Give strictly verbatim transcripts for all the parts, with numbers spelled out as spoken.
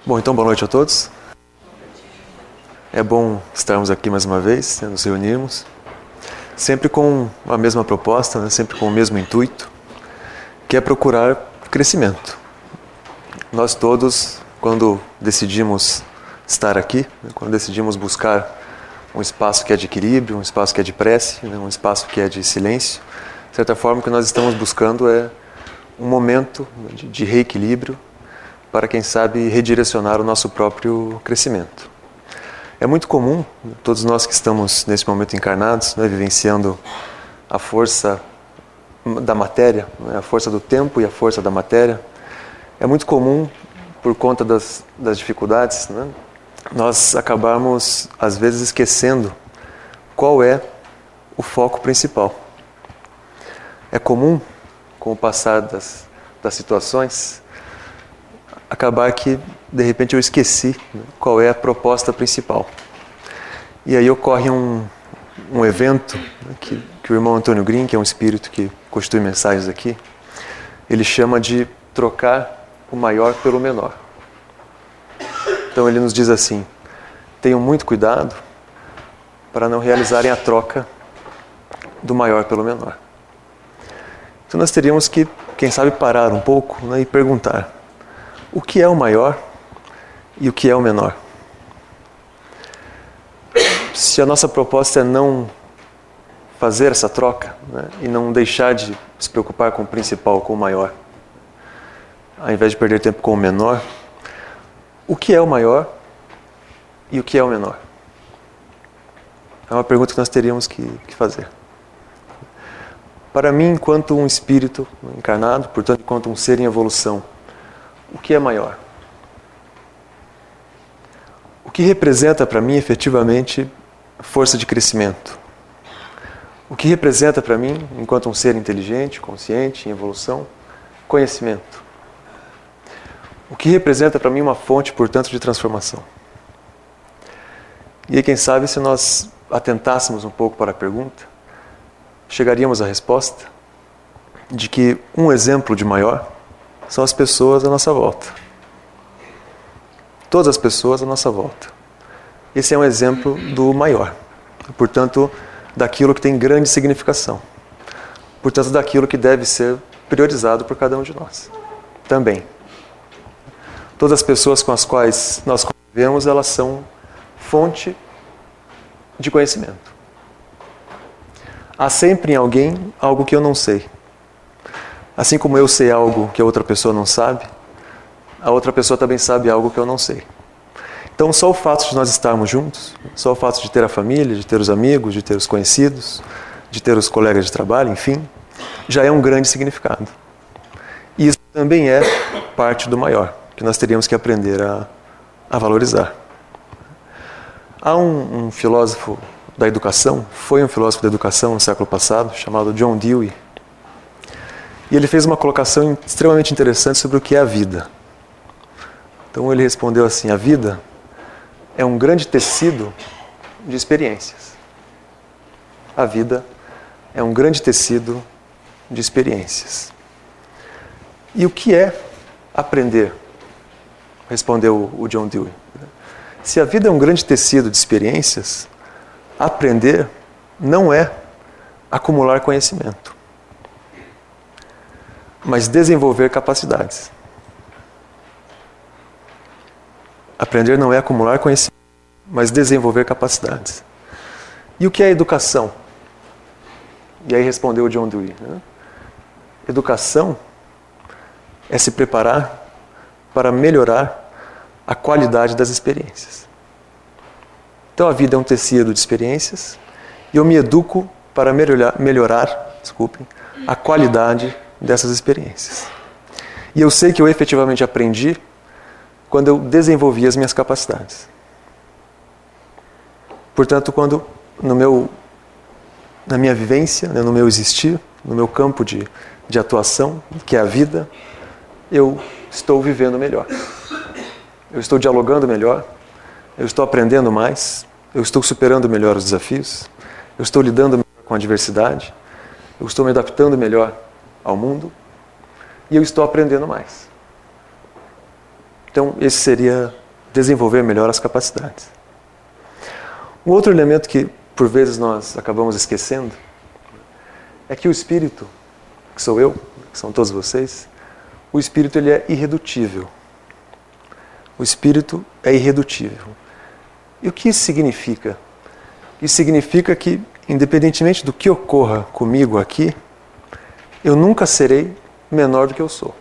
Bom, então boa noite a todos. É bom estarmos aqui mais uma vez, né, nos reunirmos, sempre com a mesma proposta, né, sempre com o mesmo intuito, que é procurar crescimento. Nós todos, quando decidimos estar aqui, né, quando decidimos buscar um espaço que é de equilíbrio, um espaço que é de prece, né, um espaço que é de silêncio, de certa forma o que nós estamos buscando é um momento de, de reequilíbrio, para, quem sabe, redirecionar o nosso próprio crescimento. É muito comum, todos nós que estamos nesse momento encarnados, né, vivenciando a força da matéria, né, a força do tempo e a força da matéria, é muito comum, por conta das, das dificuldades, né, nós acabarmos, às vezes, esquecendo qual é o foco principal. É comum, com o passar das, das situações, acabar que, de repente, eu esqueci, né, qual é a proposta principal. E aí ocorre um, um evento, né, que, que o irmão Antônio Green, que é um espírito que constitui mensagens aqui, ele chama de trocar o maior pelo menor. Então ele nos diz assim: tenham muito cuidado para não realizarem a troca do maior pelo menor. Então nós teríamos que, quem sabe, parar um pouco, né, e perguntar: o que é o maior e o que é o menor? Se a nossa proposta é não fazer essa troca, né, e não deixar de se preocupar com o principal, com o maior, ao invés de perder tempo com o menor, o que é o maior e o que é o menor? É uma pergunta que nós teríamos que, que fazer. Para mim, enquanto um espírito encarnado, portanto, enquanto um ser em evolução, o que é maior? O que representa para mim, efetivamente, força de crescimento? O que representa para mim, enquanto um ser inteligente, consciente, em evolução, conhecimento? O que representa para mim uma fonte, portanto, de transformação? E aí, quem sabe, se nós atentássemos um pouco para a pergunta, chegaríamos à resposta de que um exemplo de maior são as pessoas à nossa volta. Todas as pessoas à nossa volta. Esse é um exemplo do maior. Portanto, daquilo que tem grande significação. Portanto, daquilo que deve ser priorizado por cada um de nós. Também. Todas as pessoas com as quais nós convivemos, elas são fonte de conhecimento. Há sempre em alguém algo que eu não sei. Assim como eu sei algo que a outra pessoa não sabe, a outra pessoa também sabe algo que eu não sei. Então, só o fato de nós estarmos juntos, só o fato de ter a família, de ter os amigos, de ter os conhecidos, de ter os colegas de trabalho, enfim, já é um grande significado. E isso também é parte do maior, que nós teríamos que aprender a, a valorizar. Há um, um filósofo da educação, foi um filósofo da educação no século passado, chamado John Dewey, e ele fez uma colocação extremamente interessante sobre o que é a vida. Então ele respondeu assim: a vida é um grande tecido de experiências. A vida é um grande tecido de experiências. E o que é aprender? Respondeu o John Dewey. Se a vida é um grande tecido de experiências, aprender não é acumular conhecimento, mas desenvolver capacidades. Aprender não é acumular conhecimento, mas desenvolver capacidades. E o que é educação? E aí respondeu o John Dewey, né? Educação é se preparar para melhorar a qualidade das experiências. Então a vida é um tecido de experiências e eu me educo para melhorar, melhorar desculpem, a qualidade dessas experiências. E eu sei que eu efetivamente aprendi quando eu desenvolvi as minhas capacidades. Portanto, quando no meu, na minha vivência, né, no meu existir, no meu campo de, de atuação, que é a vida, eu estou vivendo melhor. Eu estou dialogando melhor, eu estou aprendendo mais, eu estou superando melhor os desafios, eu estou lidando melhor com a adversidade, eu estou me adaptando melhor ao mundo e eu estou aprendendo mais. Então, esse seria desenvolver melhor as capacidades. Um outro elemento que, por vezes, nós acabamos esquecendo é que o espírito, que sou eu, que são todos vocês, o espírito ele é irredutível. O espírito é irredutível. E o que isso significa? Isso significa que, independentemente do que ocorra comigo aqui, eu nunca serei menor do que eu sou.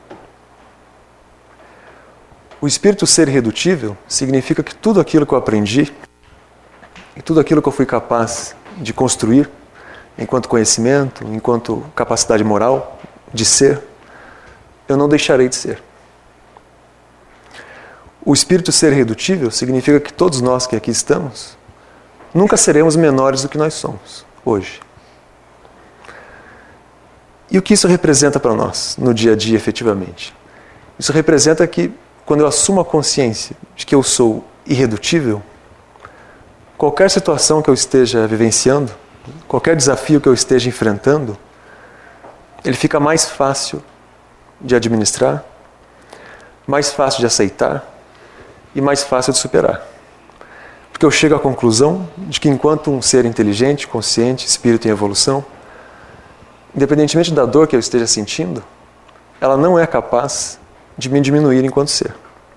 O espírito ser irredutível significa que tudo aquilo que eu aprendi e tudo aquilo que eu fui capaz de construir enquanto conhecimento, enquanto capacidade moral de ser, eu não deixarei de ser. O espírito ser irredutível significa que todos nós que aqui estamos nunca seremos menores do que nós somos hoje. E o que isso representa para nós no dia a dia, efetivamente? Isso representa que, quando eu assumo a consciência de que eu sou irredutível, qualquer situação que eu esteja vivenciando, qualquer desafio que eu esteja enfrentando, ele fica mais fácil de administrar, mais fácil de aceitar e mais fácil de superar. Porque eu chego à conclusão de que, enquanto um ser inteligente, consciente, espírito em evolução, independentemente da dor que eu esteja sentindo, ela não é capaz de me diminuir enquanto ser.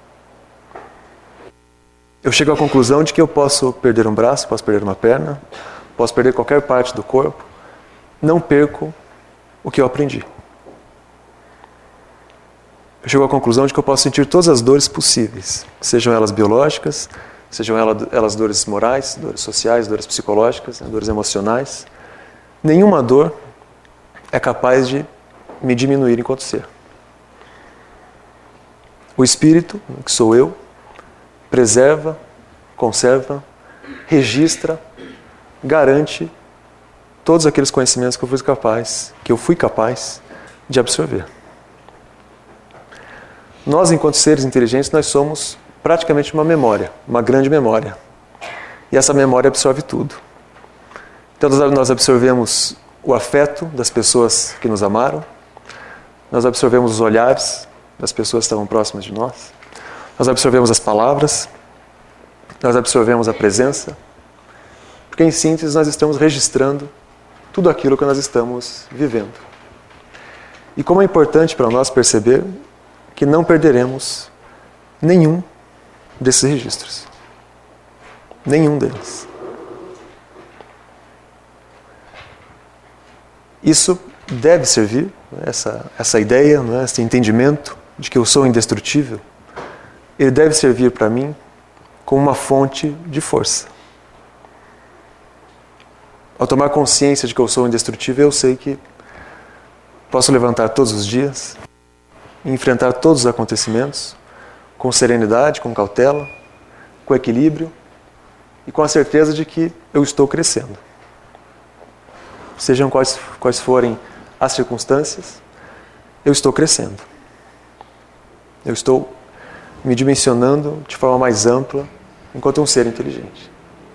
Eu chego à conclusão de que eu posso perder um braço, posso perder uma perna, posso perder qualquer parte do corpo, não perco o que eu aprendi. Eu chego à conclusão de que eu posso sentir todas as dores possíveis, sejam elas biológicas, sejam elas dores morais, dores sociais, dores psicológicas, dores emocionais. Nenhuma dor é capaz de me diminuir enquanto ser. O espírito, que sou eu, preserva, conserva, registra, garante todos aqueles conhecimentos que eu fui capaz, que eu fui capaz de absorver. Nós, enquanto seres inteligentes, nós somos praticamente uma memória, uma grande memória. E essa memória absorve tudo. Então nós absorvemos o afeto das pessoas que nos amaram, nós absorvemos os olhares das pessoas que estavam próximas de nós, nós absorvemos as palavras, nós absorvemos a presença, porque em síntese nós estamos registrando tudo aquilo que nós estamos vivendo. E como é importante para nós perceber que não perderemos nenhum desses registros. Nenhum deles. Isso deve servir, essa, essa ideia, né, esse entendimento de que eu sou indestrutível, ele deve servir para mim como uma fonte de força. Ao tomar consciência de que eu sou indestrutível, eu sei que posso levantar todos os dias e enfrentar todos os acontecimentos com serenidade, com cautela, com equilíbrio e com a certeza de que eu estou crescendo. Sejam quais, quais forem as circunstâncias, eu estou crescendo. Eu estou me dimensionando de forma mais ampla enquanto um ser inteligente.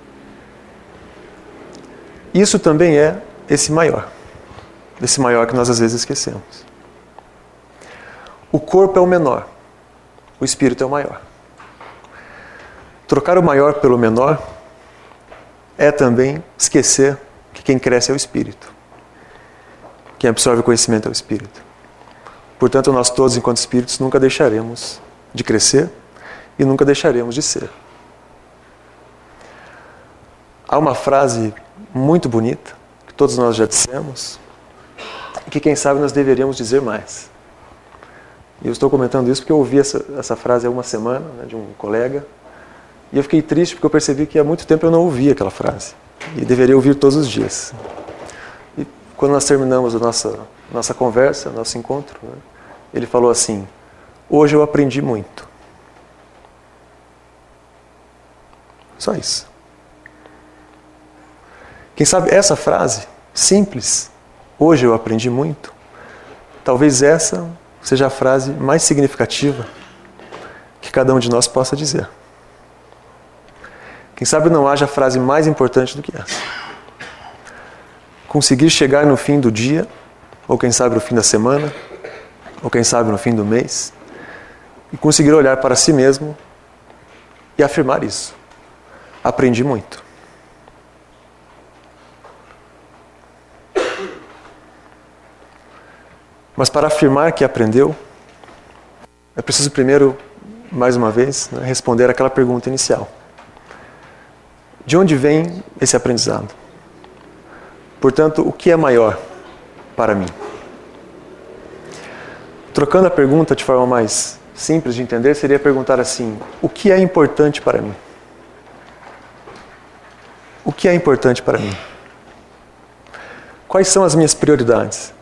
Isso também é esse maior. Esse maior que nós às vezes esquecemos. O corpo é o menor. O espírito é o maior. Trocar o maior pelo menor é também esquecer que quem cresce é o espírito. Quem absorve o conhecimento é o espírito. Portanto, nós todos, enquanto espíritos, nunca deixaremos de crescer e nunca deixaremos de ser. Há uma frase muito bonita, que todos nós já dissemos, e que quem sabe nós deveríamos dizer mais. E eu estou comentando isso porque eu ouvi essa, essa frase há uma semana, né, de um colega, e eu fiquei triste porque eu percebi que há muito tempo eu não ouvia aquela frase. E deveria ouvir todos os dias. E quando nós terminamos a nossa, nossa conversa, nosso encontro, né, ele falou assim: hoje eu aprendi muito. Só isso. Quem sabe essa frase, simples, hoje eu aprendi muito, talvez essa seja a frase mais significativa que cada um de nós possa dizer. Quem sabe não haja frase mais importante do que essa. Conseguir chegar no fim do dia, ou quem sabe no fim da semana, ou quem sabe no fim do mês, e conseguir olhar para si mesmo e afirmar isso. Aprendi muito. Mas para afirmar que aprendeu, é preciso primeiro, mais uma vez, né, responder aquela pergunta inicial. De onde vem esse aprendizado? Portanto, o que é maior para mim? Trocando a pergunta de forma mais simples de entender, seria perguntar assim: o que é importante para mim? O que é importante para mim? Quais são as minhas prioridades?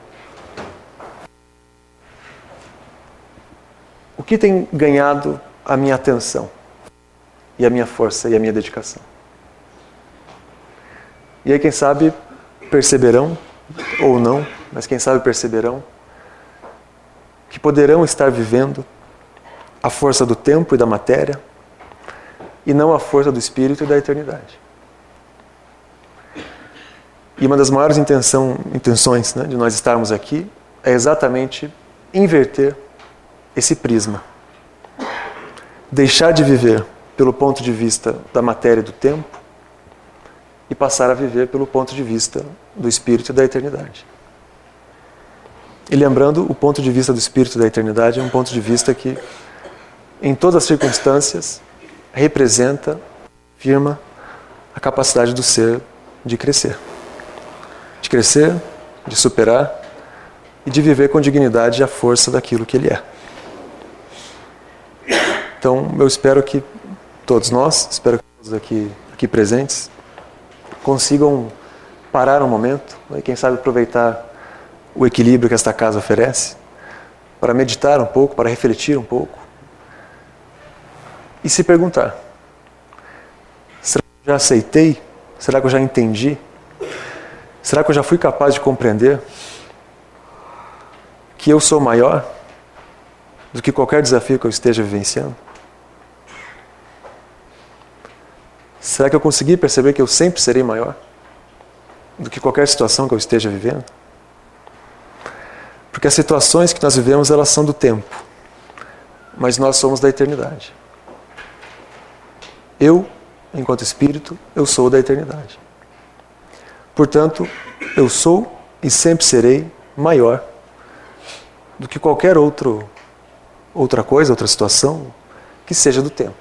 O que tem ganhado a minha atenção e a minha força e a minha dedicação? E aí, quem sabe, perceberão, ou não, mas quem sabe perceberão, que poderão estar vivendo a força do tempo e da matéria e não a força do espírito e da eternidade. E uma das maiores intenção, intenções né, de nós estarmos aqui é exatamente inverter esse prisma. Deixar de viver pelo ponto de vista da matéria e do tempo e passar a viver pelo ponto de vista do espírito e da eternidade. E lembrando, o ponto de vista do espírito e da eternidade é um ponto de vista que, em todas as circunstâncias, representa, afirma a capacidade do ser de crescer. De crescer, de superar e de viver com dignidade a força daquilo que ele é. Então, eu espero que todos nós, espero que todos aqui, aqui presentes, consigam parar um momento, né, e quem sabe aproveitar o equilíbrio que esta casa oferece, para meditar um pouco, para refletir um pouco, e se perguntar: será que eu já aceitei? Será que eu já entendi? Será que eu já fui capaz de compreender que eu sou maior do que qualquer desafio que eu esteja vivenciando? Será que eu consegui perceber que eu sempre serei maior do que qualquer situação que eu esteja vivendo? Porque as situações que nós vivemos, elas são do tempo, mas nós somos da eternidade. Eu, enquanto espírito, eu sou da eternidade. Portanto, eu sou e sempre serei maior do que qualquer outro, outra coisa, outra situação que seja do tempo.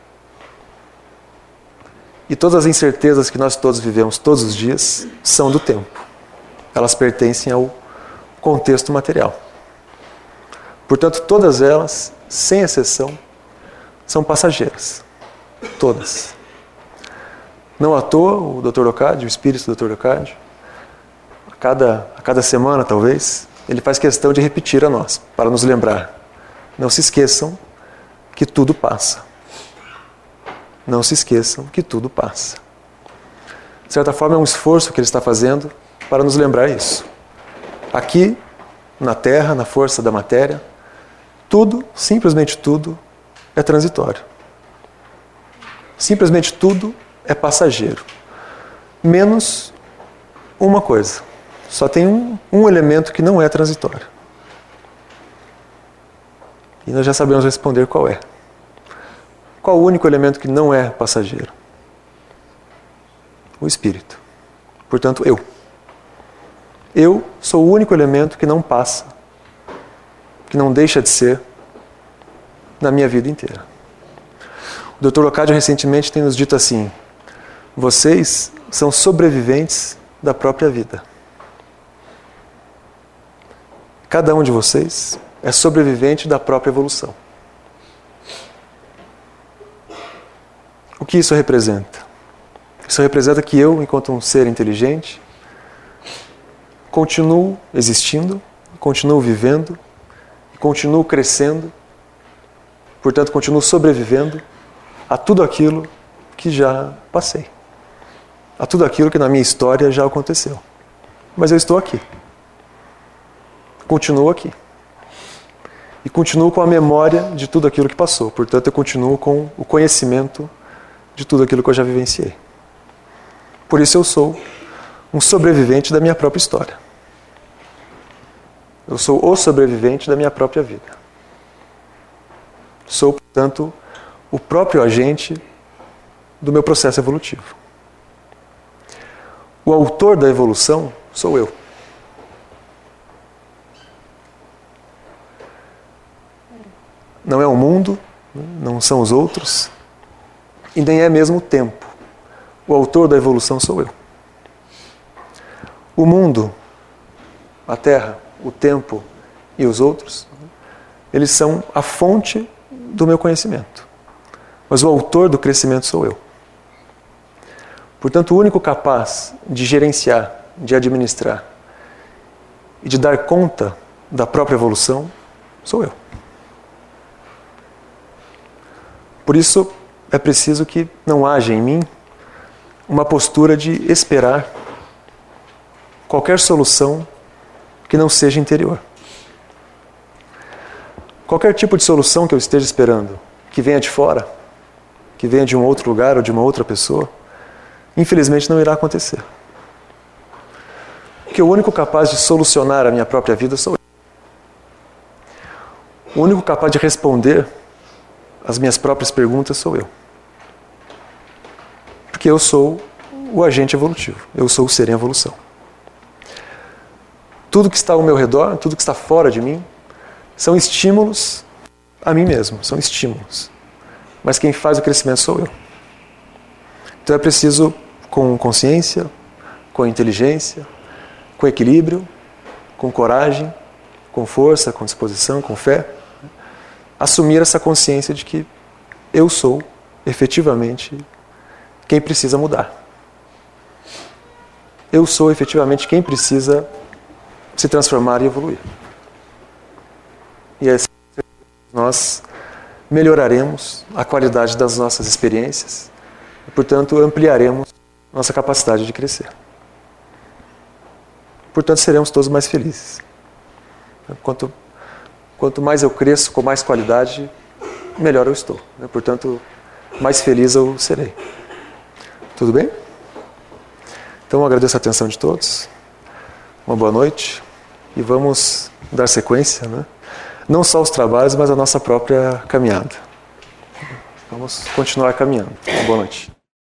E todas as incertezas que nós todos vivemos todos os dias são do tempo. Elas pertencem ao contexto material. Portanto, todas elas, sem exceção, são passageiras. Todas. Não à toa, o doutor Leocádio, o espírito do doutor Leocádio, a cada, a cada semana, talvez, ele faz questão de repetir a nós, para nos lembrar. Não se esqueçam que tudo passa. Não se esqueçam que tudo passa. De certa forma, é um esforço que ele está fazendo para nos lembrar isso. Aqui, na Terra, na força da matéria, tudo, simplesmente tudo, é transitório. Simplesmente tudo é passageiro. Menos uma coisa. Só tem um, um elemento que não é transitório. E nós já sabemos responder qual é. Qual o único elemento que não é passageiro? O espírito. Portanto, eu. Eu sou o único elemento que não passa, que não deixa de ser na minha vida inteira. O doutor Leocádio recentemente tem nos dito assim: vocês são sobreviventes da própria vida. Cada um de vocês é sobrevivente da própria evolução. O que isso representa? Isso representa que eu, enquanto um ser inteligente, continuo existindo, continuo vivendo, continuo crescendo, portanto, continuo sobrevivendo a tudo aquilo que já passei, a tudo aquilo que na minha história já aconteceu. Mas eu estou aqui. Continuo aqui. E continuo com a memória de tudo aquilo que passou. Portanto, eu continuo com o conhecimento de tudo aquilo que eu já vivenciei. Por isso eu sou um sobrevivente da minha própria história. Eu sou o sobrevivente da minha própria vida. Sou, portanto, o próprio agente do meu processo evolutivo. O autor da evolução sou eu. Não é o mundo, não são os outros, e nem é mesmo o tempo. O autor da evolução sou eu. O mundo, a Terra, o tempo e os outros, eles são a fonte do meu conhecimento. Mas o autor do crescimento sou eu. Portanto, o único capaz de gerenciar, de administrar e de dar conta da própria evolução sou eu. Por isso, é preciso que não haja em mim uma postura de esperar qualquer solução que não seja interior. Qualquer tipo de solução que eu esteja esperando, que venha de fora, que venha de um outro lugar ou de uma outra pessoa, infelizmente não irá acontecer. Porque o único capaz de solucionar a minha própria vida sou eu. O único capaz de responder as minhas próprias perguntas sou eu. Porque eu sou o agente evolutivo. Eu sou o ser em evolução. Tudo que está ao meu redor, tudo que está fora de mim, são estímulos a mim mesmo. São estímulos. Mas quem faz o crescimento sou eu. Então é preciso, com consciência, com inteligência, com equilíbrio, com coragem, com força, com disposição, com fé, assumir essa consciência de que eu sou, efetivamente, quem precisa mudar. Eu sou, efetivamente, quem precisa se transformar e evoluir. E assim nós melhoraremos a qualidade das nossas experiências e, portanto, ampliaremos nossa capacidade de crescer. Portanto, seremos todos mais felizes. Quanto Quanto mais eu cresço com mais qualidade, melhor eu estou. Portanto, mais feliz eu serei. Tudo bem? Então, eu agradeço a atenção de todos. Uma boa noite. E vamos dar sequência, né? Não só aos trabalhos, mas à nossa própria caminhada. Vamos continuar caminhando. Uma boa noite.